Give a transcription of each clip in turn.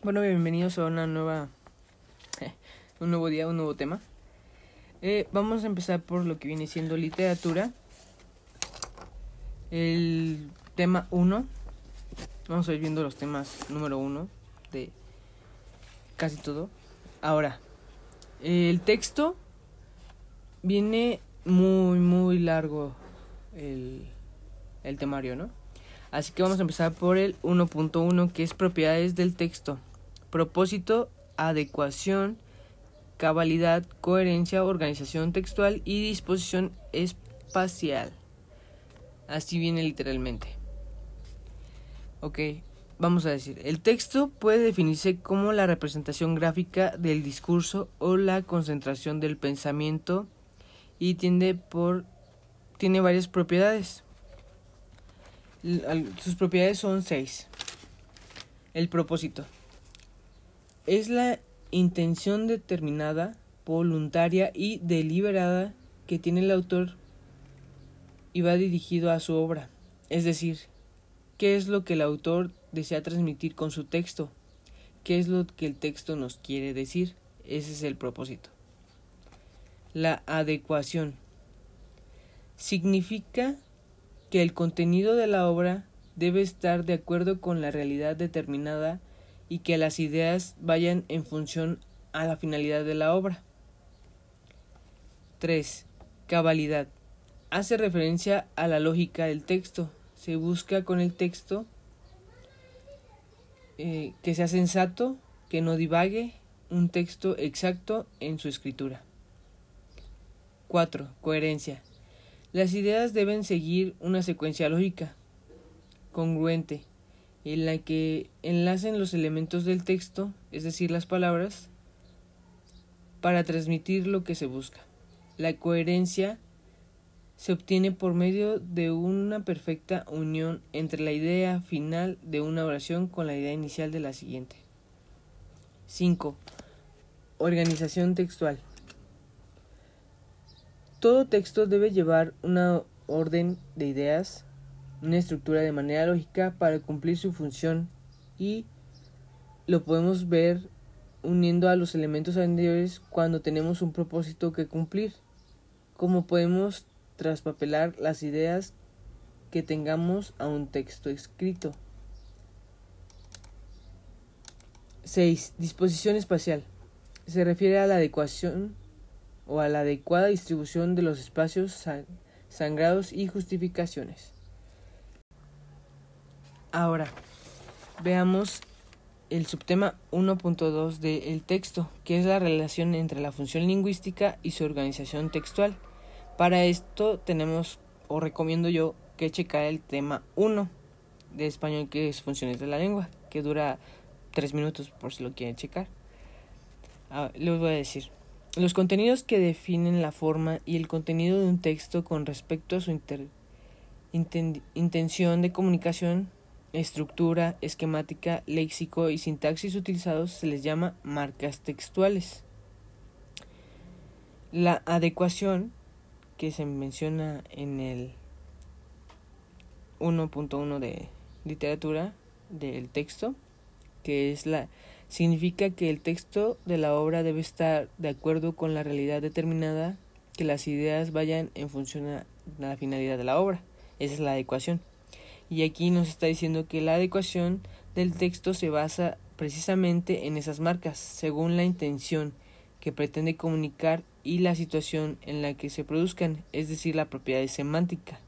Bueno, bienvenidos a un nuevo día, un nuevo tema. Vamos a empezar por lo que viene siendo literatura. El tema 1. Vamos a ir viendo los temas número 1 de casi todo. Ahora, el texto viene muy largo el temario, ¿no? Así que vamos a empezar por el 1.1, que es propiedades del texto. Propósito, adecuación, cabalidad, coherencia, organización textual y disposición espacial. Así viene literalmente. Ok, vamos a decir, el texto puede definirse como la representación gráfica del discurso o la concentración del pensamiento y tiene varias propiedades. Sus propiedades son 6. El propósito es la intención determinada, voluntaria y deliberada que tiene el autor y va dirigido a su obra. Es decir, ¿qué es lo que el autor desea transmitir con su texto? ¿Qué es lo que el texto nos quiere decir? Ese es el propósito. La adecuación significa que el contenido de la obra debe estar de acuerdo con la realidad determinada y que las ideas vayan en función a la finalidad de la obra. 3. Cabalidad. Hace referencia a la lógica del texto. Se busca con el texto que sea sensato, que no divague, un texto exacto en su escritura. 4. Coherencia. Las ideas deben seguir una secuencia lógica, congruente, en la que enlacen los elementos del texto, es decir, las palabras, para transmitir lo que se busca. La coherencia se obtiene por medio de una perfecta unión entre la idea final de una oración con la idea inicial de la siguiente. 5. Organización textual. Todo texto debe llevar una orden de ideas, una estructura de manera lógica para cumplir su función, y lo podemos ver uniendo a los elementos anteriores cuando tenemos un propósito que cumplir. Como podemos traspapelar las ideas que tengamos a un texto escrito. 6. Disposición espacial. Se refiere a la adecuación o a la adecuada distribución de los espacios sangrados y justificaciones. Ahora, veamos el subtema 1.2 del texto, que es la relación entre la función lingüística y su organización textual. Para esto recomiendo yo que checar el tema 1 de español, que es funciones de la lengua, que dura 3 minutos por si lo quieren checar. Les voy a decir. Los contenidos que definen la forma y el contenido de un texto con respecto a su intención de comunicación, estructura, esquemática, léxico y sintaxis utilizados se les llama marcas textuales. La adecuación, que se menciona en el 1.1 de literatura del texto, que significa que el texto de la obra debe estar de acuerdo con la realidad determinada, que las ideas vayan en función a la finalidad de la obra. Esa es la adecuación. Y aquí nos está diciendo que la adecuación del texto se basa precisamente en esas marcas, según la intención que pretende comunicar y la situación en la que se produzcan, es decir, la propiedad semántica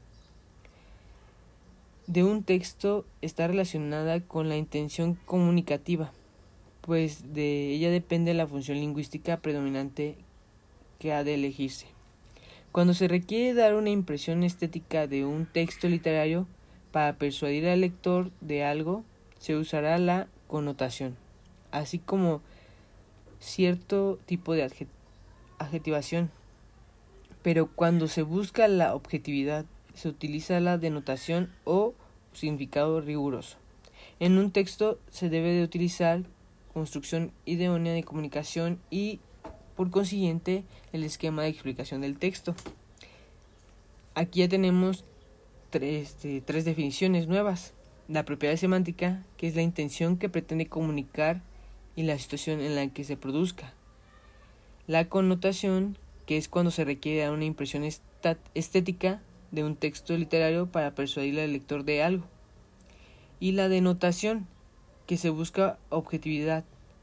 de un texto está relacionada con la intención comunicativa, pues de ella depende la función lingüística predominante que ha de elegirse. Cuando se requiere dar una impresión estética de un texto literario para persuadir al lector de algo, se usará la connotación, así como cierto tipo de adjetivación. Pero cuando se busca la objetividad, se utiliza la denotación o significado riguroso. En un texto se debe de utilizar construcción idónea de comunicación y, por consiguiente, el esquema de explicación del texto. Aquí ya tenemos tres definiciones nuevas. La propiedad semántica, que es la intención que pretende comunicar y la situación en la que se produzca. La connotación, que es cuando se requiere una impresión estética de un texto literario para persuadir al lector de algo. Y la denotación, que se busca objetividad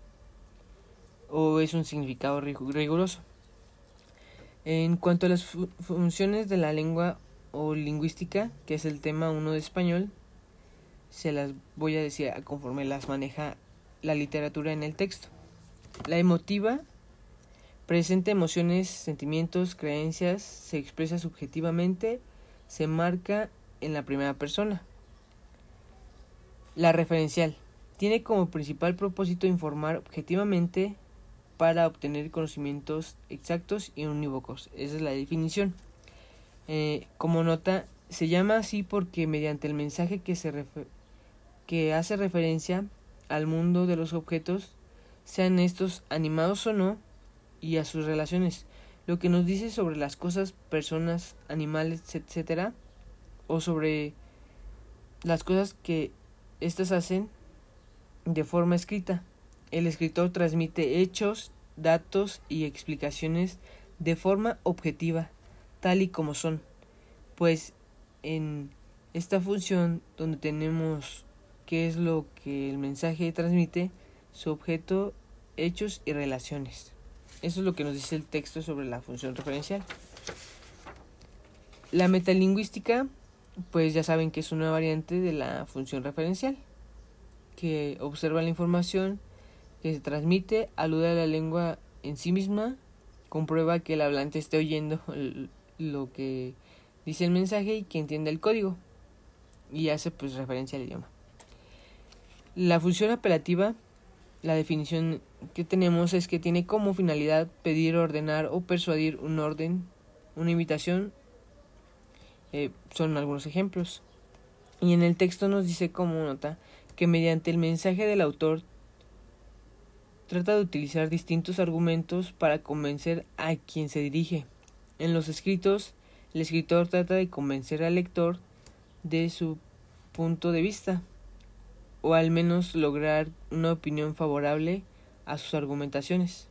o es un significado riguroso. En cuanto a las funciones de la lengua o lingüística, que es el tema 1 de español, se las voy a decir conforme las maneja la literatura en el texto. La emotiva presenta emociones, sentimientos, creencias, se expresa subjetivamente, se marca en la primera persona. La referencial tiene como principal propósito informar objetivamente para obtener conocimientos exactos y unívocos. Esa es la definición. Como nota, se llama así porque mediante el mensaje que hace referencia al mundo de los objetos, sean estos animados o no, y a sus relaciones, lo que nos dice sobre las cosas, personas, animales, etc., o sobre las cosas que éstas hacen de forma escrita. El escritor transmite hechos, datos y explicaciones de forma objetiva, tal y como son, pues en esta función donde tenemos qué es lo que el mensaje transmite, su objeto, hechos y relaciones. Eso es lo que nos dice el texto sobre la función referencial. La metalingüística, pues ya saben que es una variante de la función referencial, que observa la información que se transmite, alude a la lengua en sí misma, comprueba que el hablante esté oyendo lo que dice el mensaje y que entienda el código, y hace pues referencia al idioma. La función apelativa, la definición que tenemos es que tiene como finalidad pedir, ordenar o persuadir un orden, una invitación, son algunos ejemplos. Y en el texto nos dice como nota que mediante el mensaje del autor trata de utilizar distintos argumentos para convencer a quien se dirige. En los escritos, el escritor trata de convencer al lector de su punto de vista, o al menos lograr una opinión favorable a sus argumentaciones.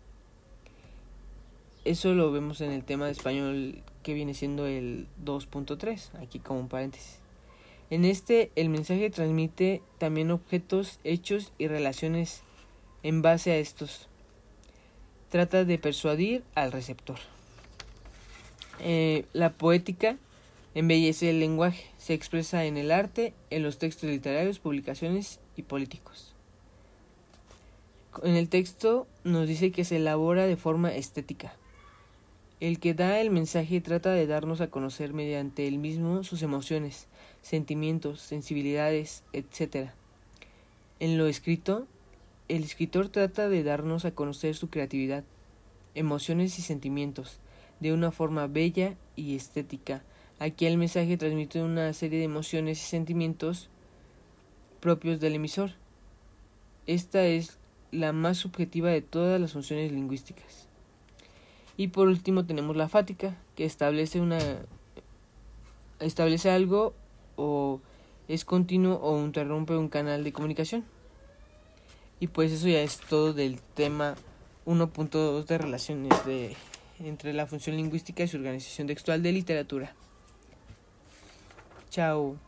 Eso lo vemos en el tema de español que viene siendo el 2.3, aquí como un paréntesis. En este, el mensaje transmite también objetos, hechos y relaciones en base a estos. Trata de persuadir al receptor. La poética embellece el lenguaje, se expresa en el arte, en los textos literarios, publicaciones y políticos. En el texto nos dice que se elabora de forma estética. El que da el mensaje trata de darnos a conocer mediante él mismo sus emociones, sentimientos, sensibilidades, etc. En lo escrito, el escritor trata de darnos a conocer su creatividad, emociones y sentimientos, de una forma bella y estética. Aquí el mensaje transmite una serie de emociones y sentimientos propios del emisor. Esta es la más subjetiva de todas las funciones lingüísticas. Y por último tenemos la fática, que establece algo o es continuo o interrumpe un canal de comunicación. Y pues eso ya es todo del tema 1.2 de relaciones entre la función lingüística y su organización textual de literatura. Chao.